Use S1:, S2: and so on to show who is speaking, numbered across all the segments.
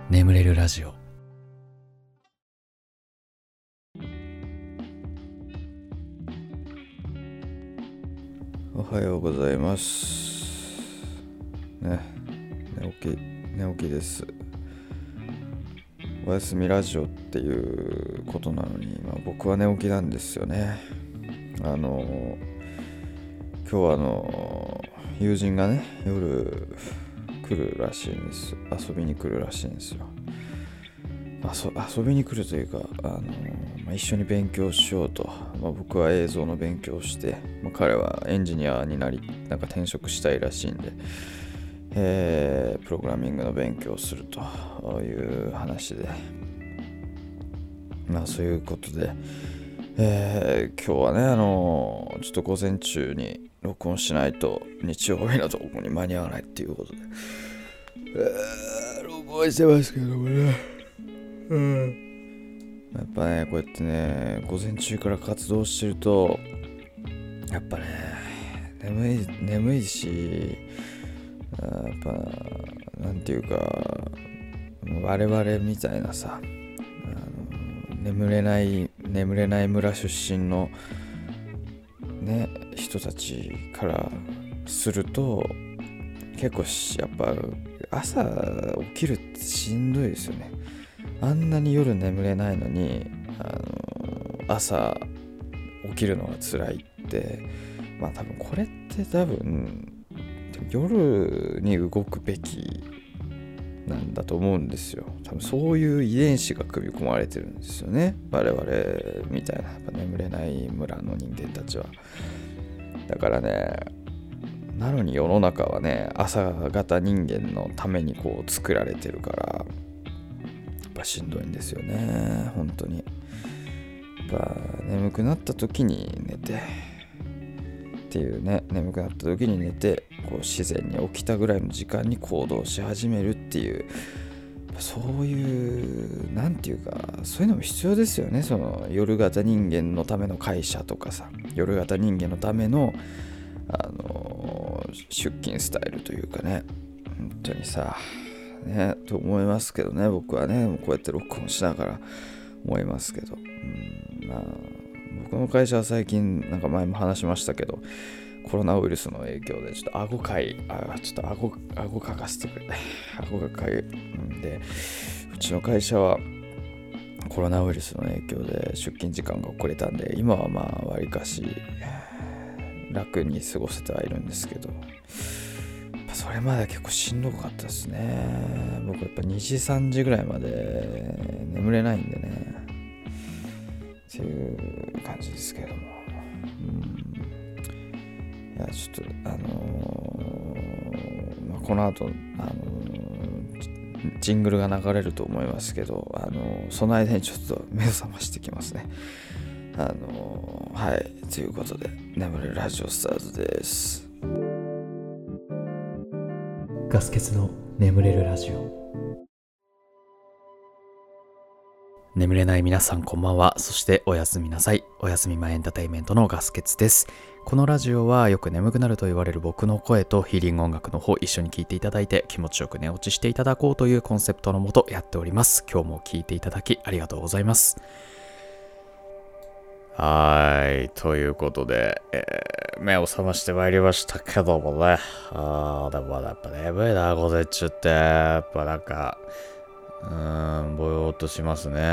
S1: 眠れるラジオ。
S2: おはようございますね。寝起きです。おやすみラジオっていうことなのに、僕は寝起きなんですよね。今日は友人がね、夜来るらしいんです。遊びに来るらしいんですよ。遊びに来るというか、一緒に勉強しようと。僕は映像の勉強をして、彼はエンジニアになり、転職したいらしいんで、プログラミングの勉強をするという話で、そういうことで、今日はね、ちょっと午前中に録音しないと日曜日のとこに間に合わないっていうことで、録音してますけどもね。やっぱね、こうやってね、午前中から活動してると、やっぱね、眠いし、やっぱなんていうか、我々みたいなさ、眠れない村出身のね人たちからすると、結構やっぱ朝起きるってしんどいですよね。あんなに夜眠れないのに朝起きるのが辛いって、多分これって夜に動くべきなんだと思うんですよ。多分そういう遺伝子が組み込まれてるんですよね、我々みたいなやっぱ眠れない村の人間たちは。だからね、なのに世の中はね、朝型人間のためにこう作られてるから、やっぱしんどいんですよね、本当に。やっぱ眠くなった時に寝てっていうね、眠くなった時に寝て、こう自然に起きたぐらいの時間に行動し始めるっていう、そういうなんていうか、そういうのも必要ですよね。その夜型人間のための会社とかさ、夜型人間のための出勤スタイルというかね、本当にさねと思いますけどね。僕はね、こうやって録音しながら思いますけど、僕の会社は最近前も話しましたけど、コロナウイルスの影響でちょっと顎かかせてくれ顎がかゆいで、うちの会社はコロナウイルスの影響で出勤時間が遅れたんで、今はわりかし楽に過ごせてはいるんですけど、それまでは結構しんどかったですね。僕やっぱ2時3時ぐらいまで眠れないんでねっていう感じですけども、いやちょっとこの後ジングルが流れると思いますけど、その間にちょっと目を覚ましてきますね。はいということで、眠れるラジオスタートです。
S1: ガス欠の眠れるラジオ。眠れない皆さんこんばんは。そしておやすみなさい。おやすみ前エンターテインメントのガス欠です。このラジオはよく眠くなると言われる僕の声とヒーリング音楽の方、一緒に聴いていただいて気持ちよく寝落ちしていただこうというコンセプトのもとやっております。今日も聴いていただきありがとうございます。ということで、目を覚ましてまいりましたけどもね。でもやっぱ眠いな、午前中って。やっぱぼよーっとしますね。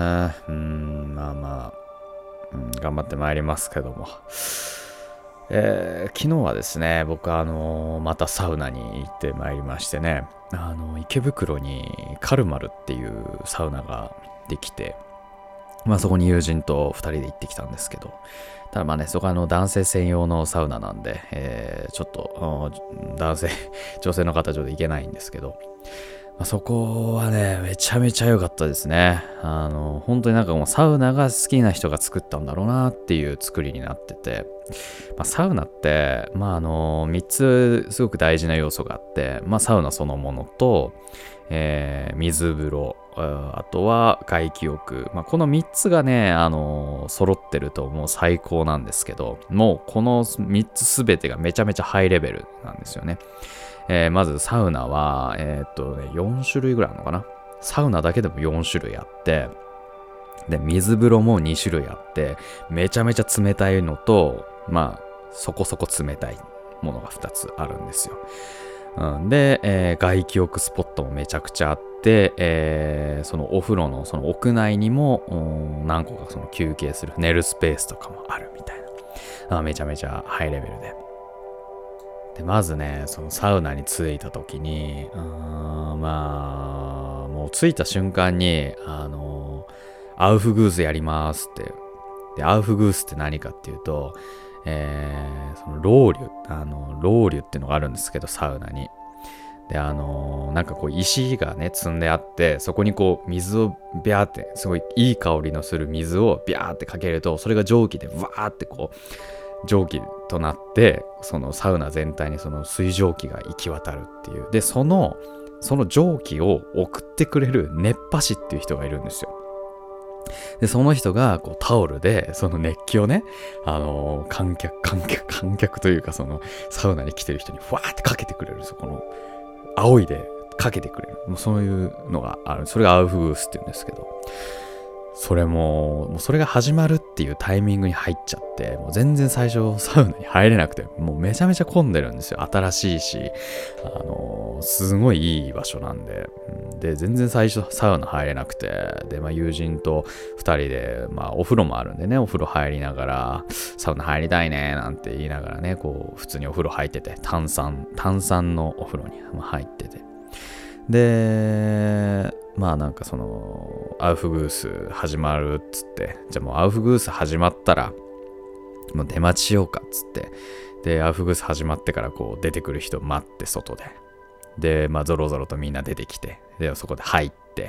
S1: 頑張ってまいりますけども。昨日はですね、僕またサウナに行ってまいりましてね、池袋にカルマルっていうサウナができて、そこに友人と2人で行ってきたんですけど、ただそこは男性専用のサウナなんで、ちょっと女性の方ちょっと行けないんですけど、そこはね、めちゃめちゃ良かったですね。本当にもうサウナが好きな人が作ったんだろうなっていう作りになってて、サウナって、3つすごく大事な要素があって、サウナそのものと、水風呂、あとは外気浴、この3つがね、揃ってるともう最高なんですけど、もうこの3つすべてがめちゃめちゃハイレベルなんですよね。まずサウナは、4種類ぐらいあるのかな。 サウナだけでも4種類あって、で、水風呂も2種類あって、めちゃめちゃ冷たいのと、まあ、そこそこ冷たいものが2つあるんですよ。で、外気浴スポットもめちゃくちゃあって、そのお風呂のその屋内にも何個かその休憩する寝るスペースとかもあるみたいな。めちゃめちゃハイレベルで。で、まずね、そのサウナに着いた時に、まあ、もう着いた瞬間に、アウフグースやりますって。で、アウフグースって何かっていうと、そのロウリュっていうのがあるんですけど、サウナに。で、なんかこう石がね、積んであって、そこにこう水をビャーって、すごいいい香りのする水をビャーってかけると、それが蒸気でわーってこう、蒸気となって、そのサウナ全体にその水蒸気が行き渡るっていう。で、その蒸気を送ってくれる熱波師っていう人がいるんですよ。で、その人がこうタオルでその熱気をね、観客というかそのサウナに来てる人にふわーってかけてくれるんですよ。この仰いでかけてくれる。もうそういうのがある。それがアウフグースって言うんですけど、それもうそれが始まるっていうタイミングに入っちゃって、もう全然最初サウナに入れなくて、もうめちゃめちゃ混んでるんですよ。新しいし、すごいいい場所なんで。で、全然最初サウナ入れなくて、で、まあ友人と2人で、まあお風呂もあるんでね、お風呂入りながら、サウナ入りたいね、なんて言いながらね、こう、普通にお風呂入ってて、炭酸のお風呂に入ってて。で、まあなんかそのアウフグース始まるっつって、じゃあもうアウフグース始まったらもう出待ちしようかっつって、でアウフグース始まってからこう出てくる人待って外で、でまあゾロゾロとみんな出てきて、でそこで入って、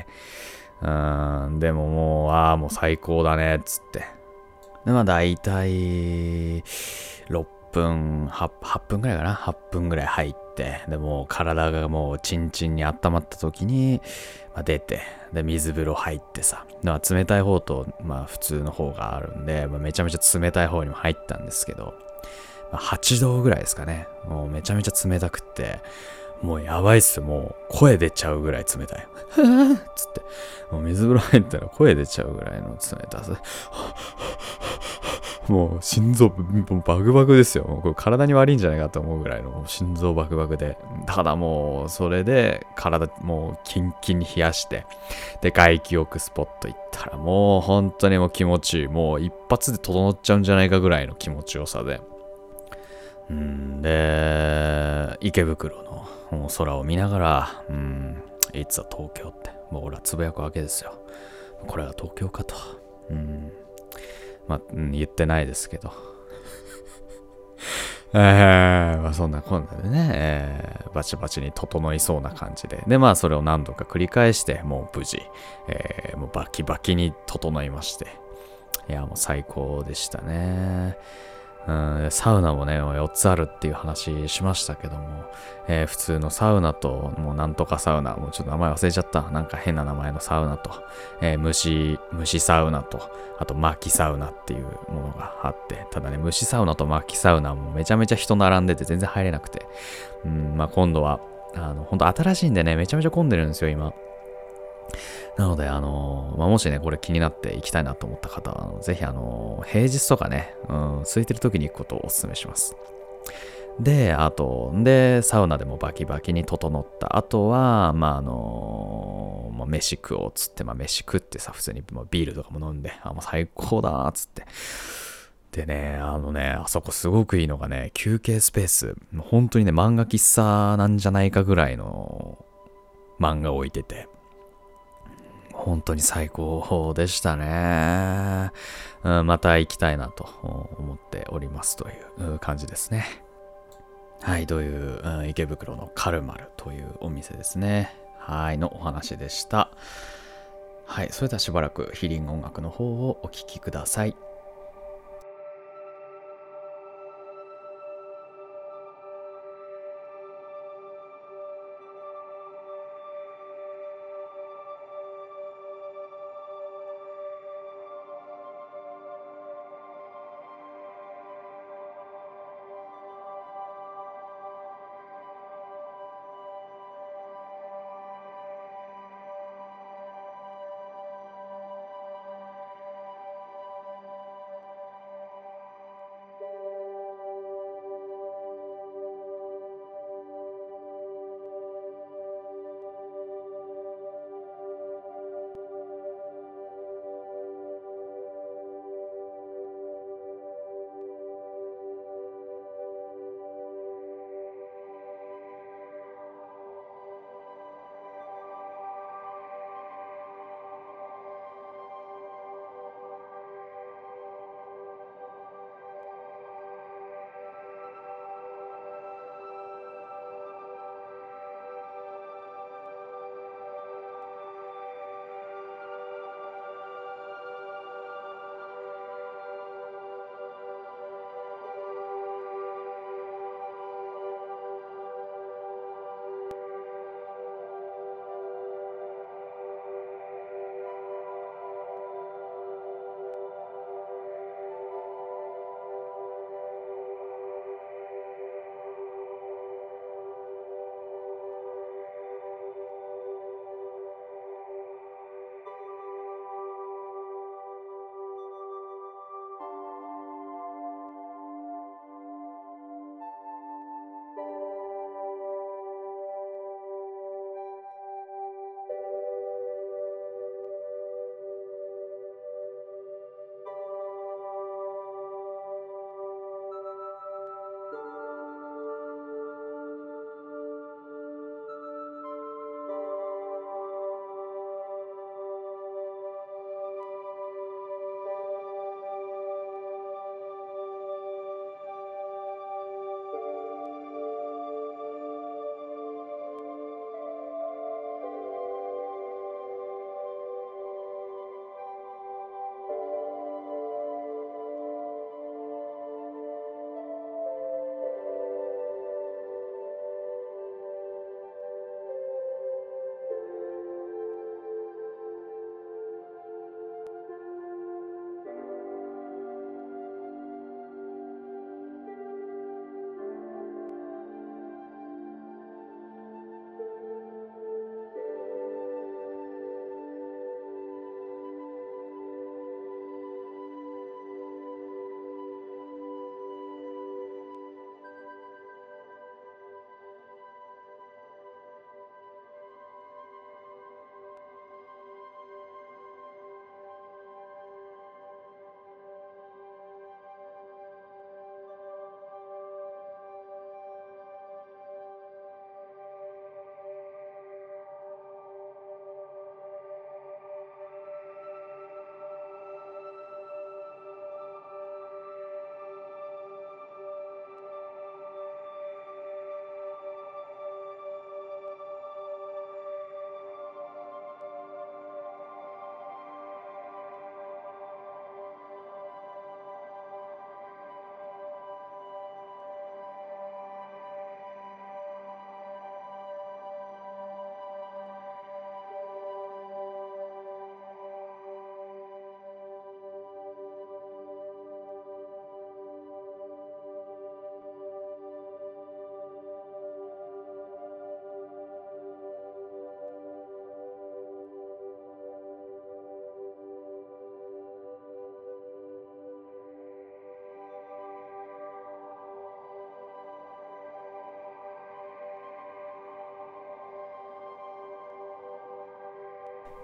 S1: でももうもう最高だねっつって、でまあ大体6分8分ぐらいかな、8分ぐらい入って、でもう体がもうチンチンに温まった時に、まあ、出て、で水風呂入ってさ、まあ、冷たい方とまあ普通の方があるんで、まあ、めちゃめちゃ冷たい方にも入ったんですけど、まあ、8度ぐらいですかね。もうめちゃめちゃ冷たくって、もうやばいっすよ。もう声出ちゃうぐらい冷たい。つって。もう水風呂入ったら声出ちゃうぐらいの冷たさ。もう心臓バクバクですよ。もうこれ体に悪いんじゃないかと思うぐらいの心臓バクバクで。ただもうそれで体もうキンキンに冷やして、で外気浴スポット行ったらもう本当にもう気持ちいい。もう一発で整っちゃうんじゃないかぐらいの気持ちよさで。で、池袋の空を見ながら、いつは東京って、もう俺はつぶやくわけですよ。これが東京かと。まあ、言ってないですけど。まあそんなこんなでね、バチバチに整いそうな感じで。で、まあそれを何度か繰り返して、もう無事、もうバキバキに整いまして。いや、もう最高でしたね。サウナもね、4つあるっていう話しましたけども、普通のサウナと、もうなんとかサウナ、もうちょっと名前忘れちゃった。なんか変な名前のサウナと、虫サウナと、あと薪サウナっていうものがあって、ただね、虫サウナと薪サウナもめちゃめちゃ人並んでて全然入れなくて、まあ今度は、本当新しいんでね、めちゃめちゃ混んでるんですよ、今。なので、まあ、もしね、これ気になって行きたいなと思った方は、ぜひ、平日とかね、空いてる時に行くことをお勧めします。で、サウナでもバキバキに整った後は、まあ、飯食おうっつって、まあ、飯食ってさ、普通にビールとかも飲んで、もう最高だーっつって。でね、あそこすごくいいのがね、休憩スペース、本当にね、漫画喫茶なんじゃないかぐらいの漫画置いてて、本当に最高でしたね。また行きたいなと思っておりますという感じですね。はい、という、池袋のカルマルというお店ですね。はい、のお話でした。はい、それではしばらくヒーリング音楽の方をお聴きください。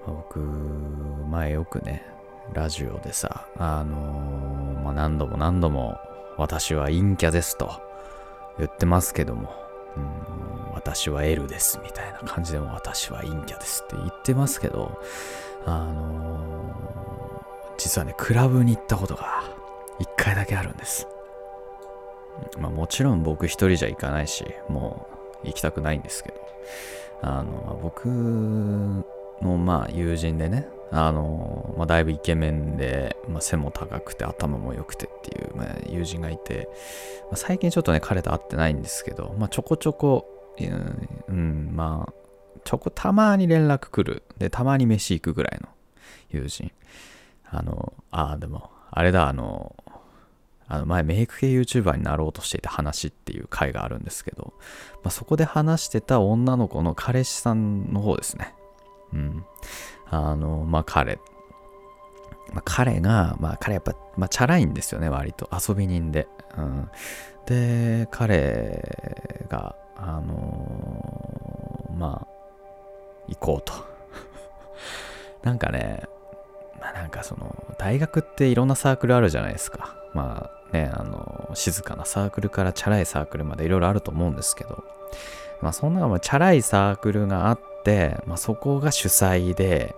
S1: 僕前よくねラジオでさ何度も私は陰キャですと言ってますけども、私は L ですみたいな感じでも私は陰キャですって言ってますけど、実はねクラブに行ったことが1回だけあるんです。もちろん僕一人じゃ行かないしもう行きたくないんですけど、僕の友人でねだいぶイケメンで、背も高くて頭も良くてっていう、友人がいて、最近ちょっとね彼と会ってないんですけど、ちょこちょこたまに連絡来るでたまに飯行くぐらいの友人。でもあれだ前メイク系 YouTuber になろうとしていた話っていう回があるんですけど、そこで話してた女の子の彼氏さんの方ですね。彼がやっぱチャラいんですよね、割と遊び人で。で彼が行こうとなんかねその大学っていろんなサークルあるじゃないですか。静かなサークルからチャラいサークルまでいろいろあると思うんですけど、そんなチャラいサークルがあって、そこが主催で、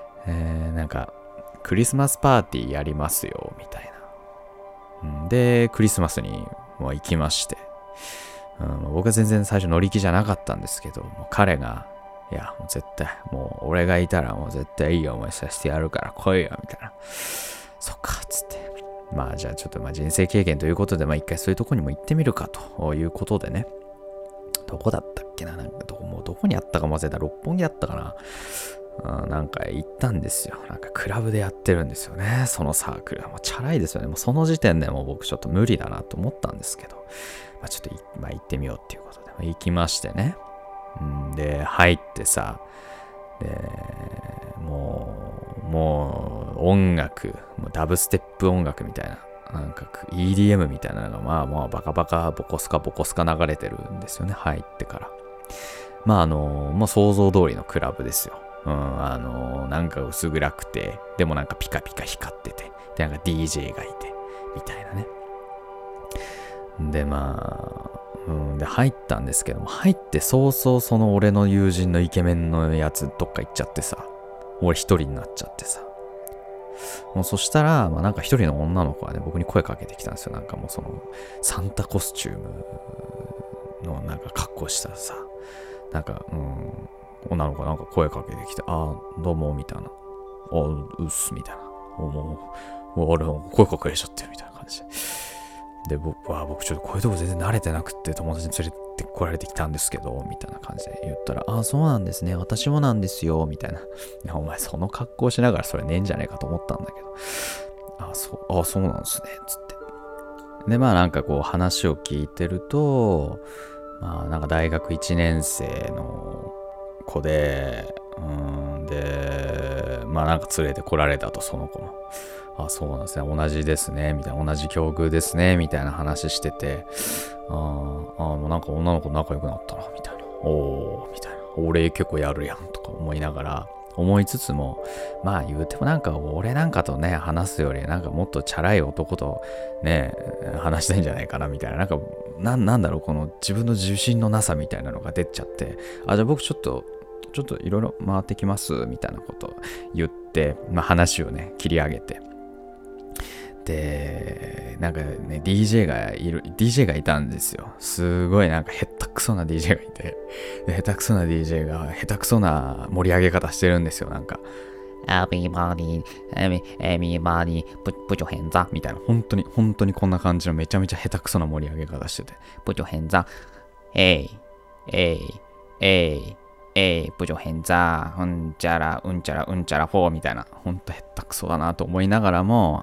S1: クリスマスパーティーやりますよみたいな。でクリスマスにもう行きまして、僕は全然最初乗り気じゃなかったんですけど、もう彼がいやもう絶対もう俺がいたらもう絶対いい思いさせてやるから来いよみたいな。そっかっつって、じゃあちょっと人生経験ということで一回そういうとこにも行ってみるかということでね。どこだったっけな、どこにあったかも忘れた。六本木だったかな。行ったんですよ。クラブでやってるんですよね、そのサークル。もうチャラいですよね。もうその時点でもう僕ちょっと無理だなと思ったんですけど、ちょっと行ってみようっていうことで、行きましてね。で入ってさ、でもう音楽、もうダブステップ音楽みたいな、EDM みたいなのがバカバカボコスカ流れてるんですよね、入ってから。想像通りのクラブですよ。薄暗くて、でもピカピカ光ってて、でDJ がいてみたいなね。でで入ったんですけども、入って早々その俺の友人のイケメンのやつどっか行っちゃってさ、俺一人になっちゃってさ、もうそしたら一人の女の子がね僕に声かけてきたんですよ。もうそのサンタコスチュームの格好したさ、女の子が声かけてきて、どうもみたいな、うっすみたいな、もう俺も声かけれちゃってるみたいな感じで、僕ちょっとこういうとこ全然慣れてなくって友達に連れてこられてきたんですけどみたいな感じで言ったら、そうなんですね、私もなんですよみたいな。お前その格好しながらそれねえんじゃねえかと思ったんだけど、そうなんですねつって。で話を聞いてると、大学1年生の子で、で連れてこられたと、その子も。そうなんですね、同じですねみたいな、同じ境遇ですねみたいな話してて、もう女の子仲良くなったなみたいな、みたいな、俺結構やるやんとか思いつつも、言うても俺とね話すよりもっとチャラい男とね話したいんじゃないかなみたいな、なんだろう、この自分の自信のなさみたいなのが出ちゃって、じゃあ僕ちょっといろいろ回ってきますみたいなこと言って、話をね切り上げて、でDJ がいたんですよ。すごい下手くそな DJ がいて、で下手くそな DJ が下手くそな盛り上げ方してるんですよ。Everybody put your hands up みたいな、本当にこんな感じのめちゃめちゃ下手くそな盛り上げ方してて、put your hands up put your hands up うんちゃらフォーみたいな、ほんと下手くそだなと思いながらも、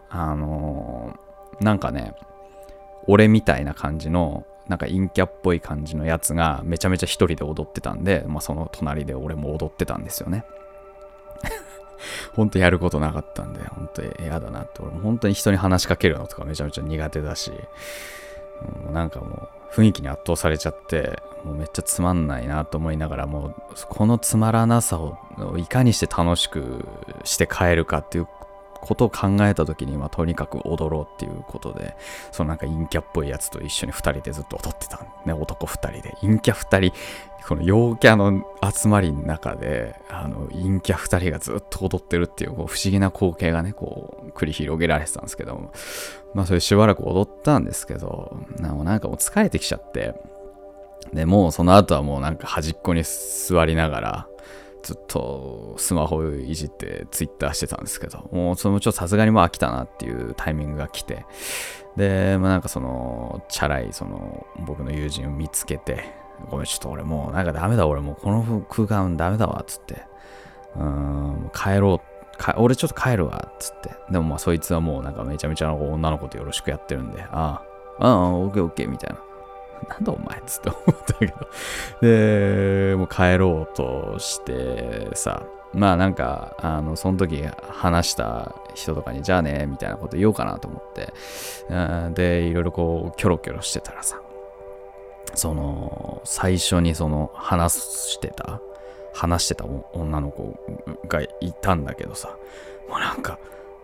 S1: 俺みたいな感じの陰キャっぽい感じのやつがめちゃめちゃ一人で踊ってたんで、その隣で俺も踊ってたんですよね。ほんとやることなかったんで、ほんと嫌だなって。俺も本当に人に話しかけるのとかめちゃめちゃ苦手だし、 なんかもう雰囲気に圧倒されちゃって、もうめっちゃつまんないなと思いながら、もうこのつまらなさをいかにして楽しくして帰るかっていうことを考えた時に、とにかく踊ろうっていうことで、そのなんか陰キャっぽいやつと一緒に2人でずっと踊ってたね。男2人で陰キャ2人、この陽キャの集まりの中で陰キャ2人がずっと踊ってるっていう、こう不思議な光景がねこう繰り広げられてたんですけども、それしばらく踊ったんですけど、なんかもう疲れてきちゃって、でもうその後はもうなんか端っこに座りながらずっとスマホをいじってツイッターしてたんですけど、もうそのちょっとさすがにもう飽きたなっていうタイミングが来て、でなんかそのチャラいその僕の友人を見つけて、ごめんちょっと俺もうなんかダメだ、俺もうこの空間ダメだわっつって、もう帰ろう、俺ちょっと帰るわっつって、でもそいつはもうなんかめちゃめちゃ女の子とよろしくやってるんで、オッケーオッケーみたいな、なんだお前っつって思ったけど、でもう帰ろうとしてさ、なんかその時話した人とかにじゃあねみたいなこと言おうかなと思って、でいろいろこうキョロキョロしてたらさ、その最初にその話してた女の子がいたんだけどさ、もうなんか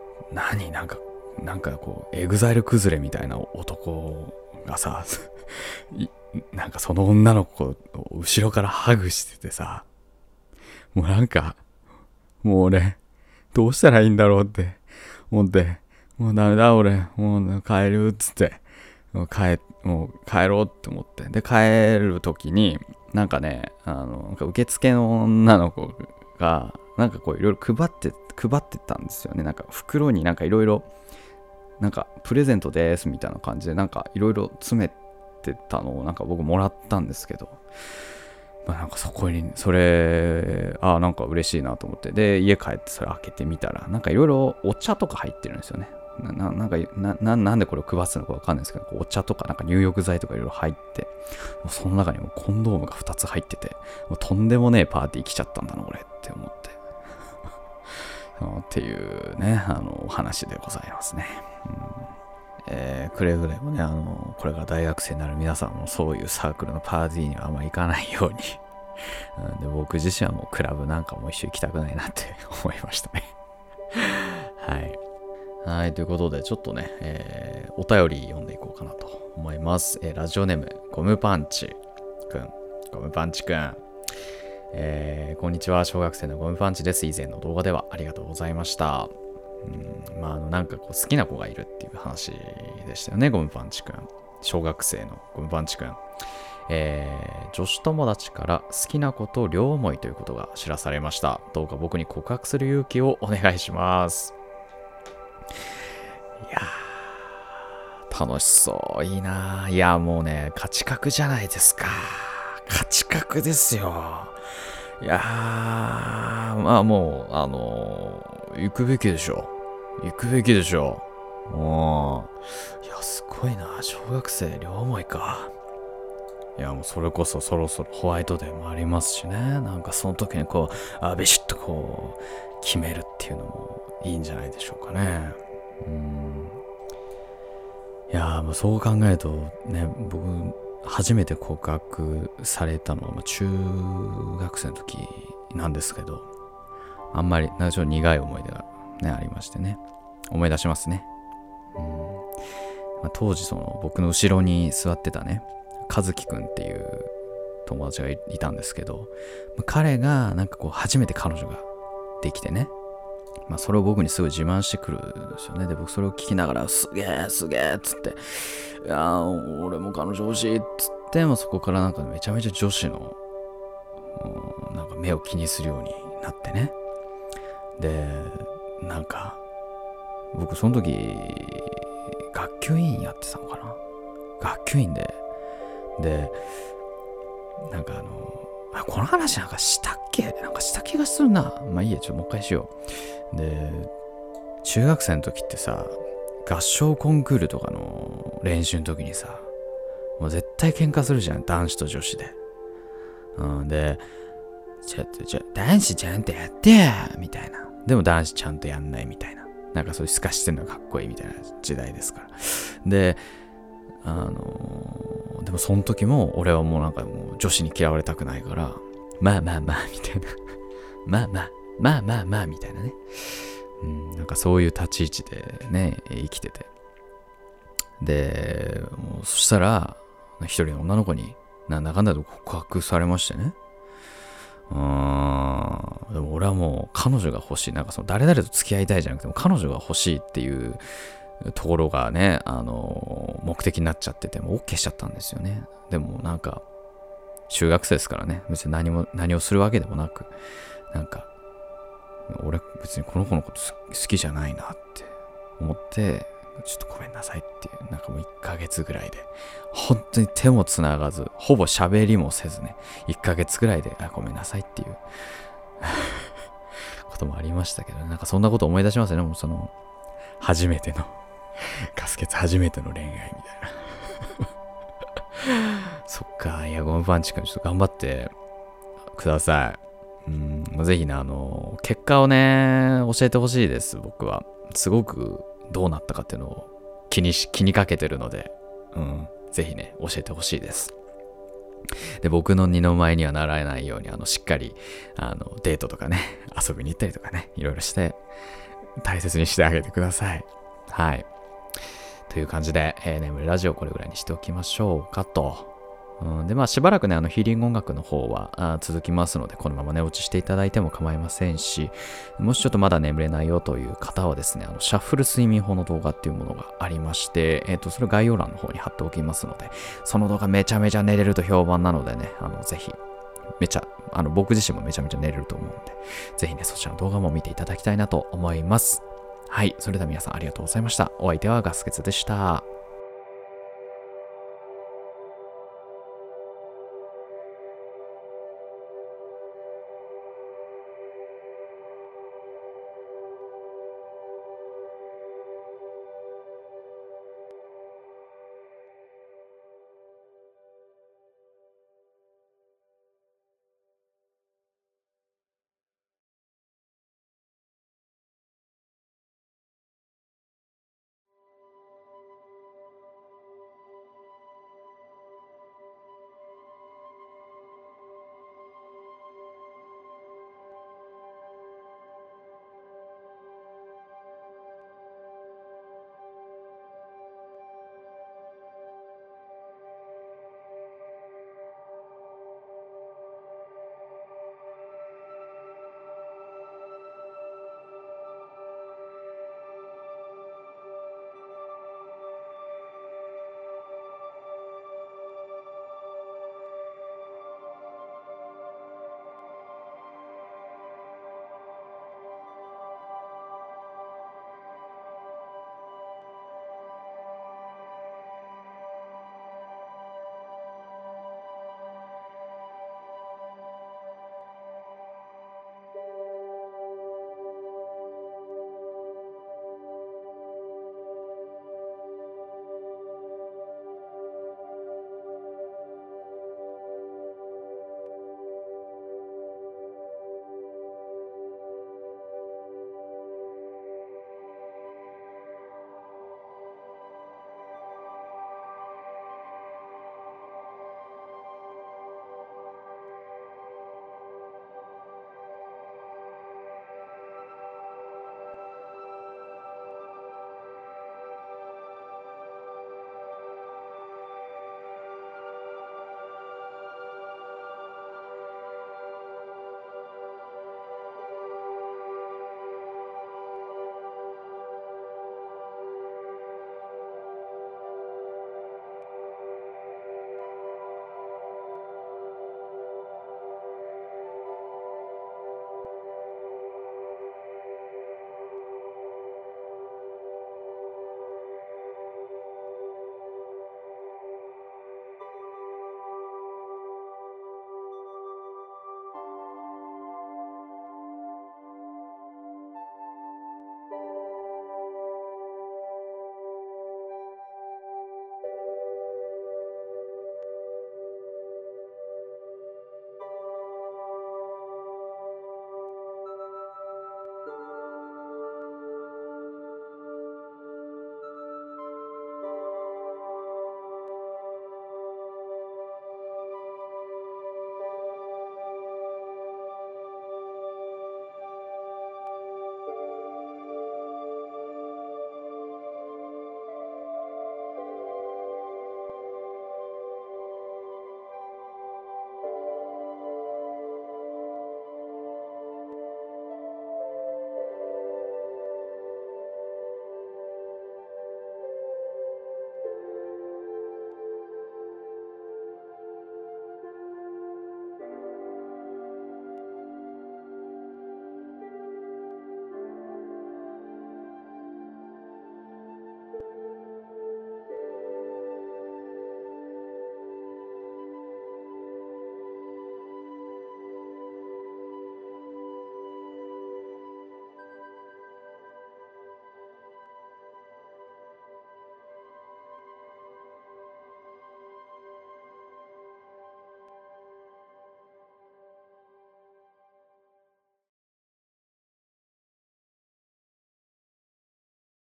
S1: なんかこうエグザイル崩れみたいな男がさなんかその女の子を後ろからハグしててさ、もうなんかもう俺どうしたらいいんだろうって思って、もうダメだ俺もう帰るっつって、もう帰ろうって思って、で帰る時になんかねなんか受付の女の子がなんかこういろいろ配ってたんですよね。なんか袋になんかいろいろなんかプレゼントですみたいな感じでなんかいろいろ詰めてたのをなんか僕もらったんですけど、なんかそこにそれなんか嬉しいなと思って、で家帰ってそれ開けてみたらなんかいろいろお茶とか入ってるんですよね。なんでこれを配ってたのかわかんないですけど、お茶とかなんか入浴剤とかいろいろ入って、もうその中にもコンドームが2つ入ってて、もうとんでもねえパーティー来ちゃったんだな俺って思ってっていうねお話でございますね。くれぐれもねこれから大学生になる皆さんもそういうサークルのパーティーにはあんま行かないようにで僕自身はもうクラブなんかも一緒行きたくないなって思いましたねはい、ということでちょっとね、お便り読んでいこうかなと思います。ラジオネームゴムパンチくん、こんにちは、小学生のゴムパンチです。以前の動画ではありがとうございました。なんかこう好きな子がいるっていう話でしたよね。ゴムパンチくん、小学生のゴムパンチくん、女子友達から好きな子と両思いということが知らされました。どうか僕に告白する勇気をお願いします。いやー楽しそう、いいな。いやもうね価値格じゃないですか。価値格ですよ。いやーもう行くべきでしょ。いやすごいな、小学生両思いか。いやもうそれこそそろそろホワイトデーもありますしね。なんかその時にこうビシッとこう決めるっていうのもいいんじゃないでしょうかね。いやもうそう考えるとね、僕初めて告白されたのは中学生の時なんですけど、あんまりちょっと苦い思い出がねありましてね、思い出しますね。当時その僕の後ろに座ってたね和樹くんっていう友達がいたんですけど、彼がなんかこう初めて彼女ができてね、それを僕にすごい自慢してくるんですよね。で僕それを聞きながらすげえっつって、いや俺も彼女欲しいっつって、そこからなんかめちゃめちゃ女子のなんか目を気にするようになってね。でなんか僕その時学級委員やってたのかな。学級委員でなんかこの話なんかしたっけ、なんかした気がするな。いいや、もう一回しよう。で中学生の時ってさ、合唱コンクールとかの練習の時にさ、もう絶対喧嘩するじゃん、男子と女子で。でちょっと男子ちゃんとやってやみたいな。でも男子ちゃんとやんないみたいな。なんかそういうスカしてんのがかっこいいみたいな時代ですから。ででもその時も俺はもうなんかもう女子に嫌われたくないから、まあまあまあみたいなまあまあまあまあまあみたいなね、なんかそういう立ち位置でね生きてて、でもうそしたら一人の女の子になんだかんだと告白されましてね。でも俺はもう彼女が欲しい、なんかその誰々と付き合いたいじゃなくても彼女が欲しいっていうところがね、目的になっちゃってて、もう OK しちゃったんですよね。でもなんか中学生ですからね、別に何をするわけでもなく、なんか俺別にこの子のこと好きじゃないなって思って、ちょっとごめんなさいっていう、なんかもう1ヶ月ぐらいで本当に手もつながず、ほぼ喋りもせずね、1ヶ月ぐらいでごめんなさいっていうこともありましたけど、なんかそんなこと思い出しますよね。もうその初めてのガス欠初めての恋愛みたいなそっか、いやゴムパンチ君ちょっと頑張ってください。ぜひね、結果をね教えてほしいです。僕はすごくどうなったかっていうのを気にかけてるので、ぜひね教えてほしいです。で、僕の二の舞にはならないようにしっかりデートとかね遊びに行ったりとかね、いろいろして大切にしてあげてください。はい、という感じで、眠るラジオこれぐらいにしておきましょうかと。でしばらくねヒーリング音楽の方は続きますので、このまま寝落ちしていただいても構いませんし、もしちょっとまだ眠れないよという方はですね、シャッフル睡眠法の動画っていうものがありまして、それ概要欄の方に貼っておきますので、その動画めちゃめちゃ寝れると評判なのでね、ぜひ僕自身もめちゃめちゃ寝れると思うんで、ぜひねそちらの動画も見ていただきたいなと思います。はい、それでは皆さんありがとうございました。お相手はガスケツでした。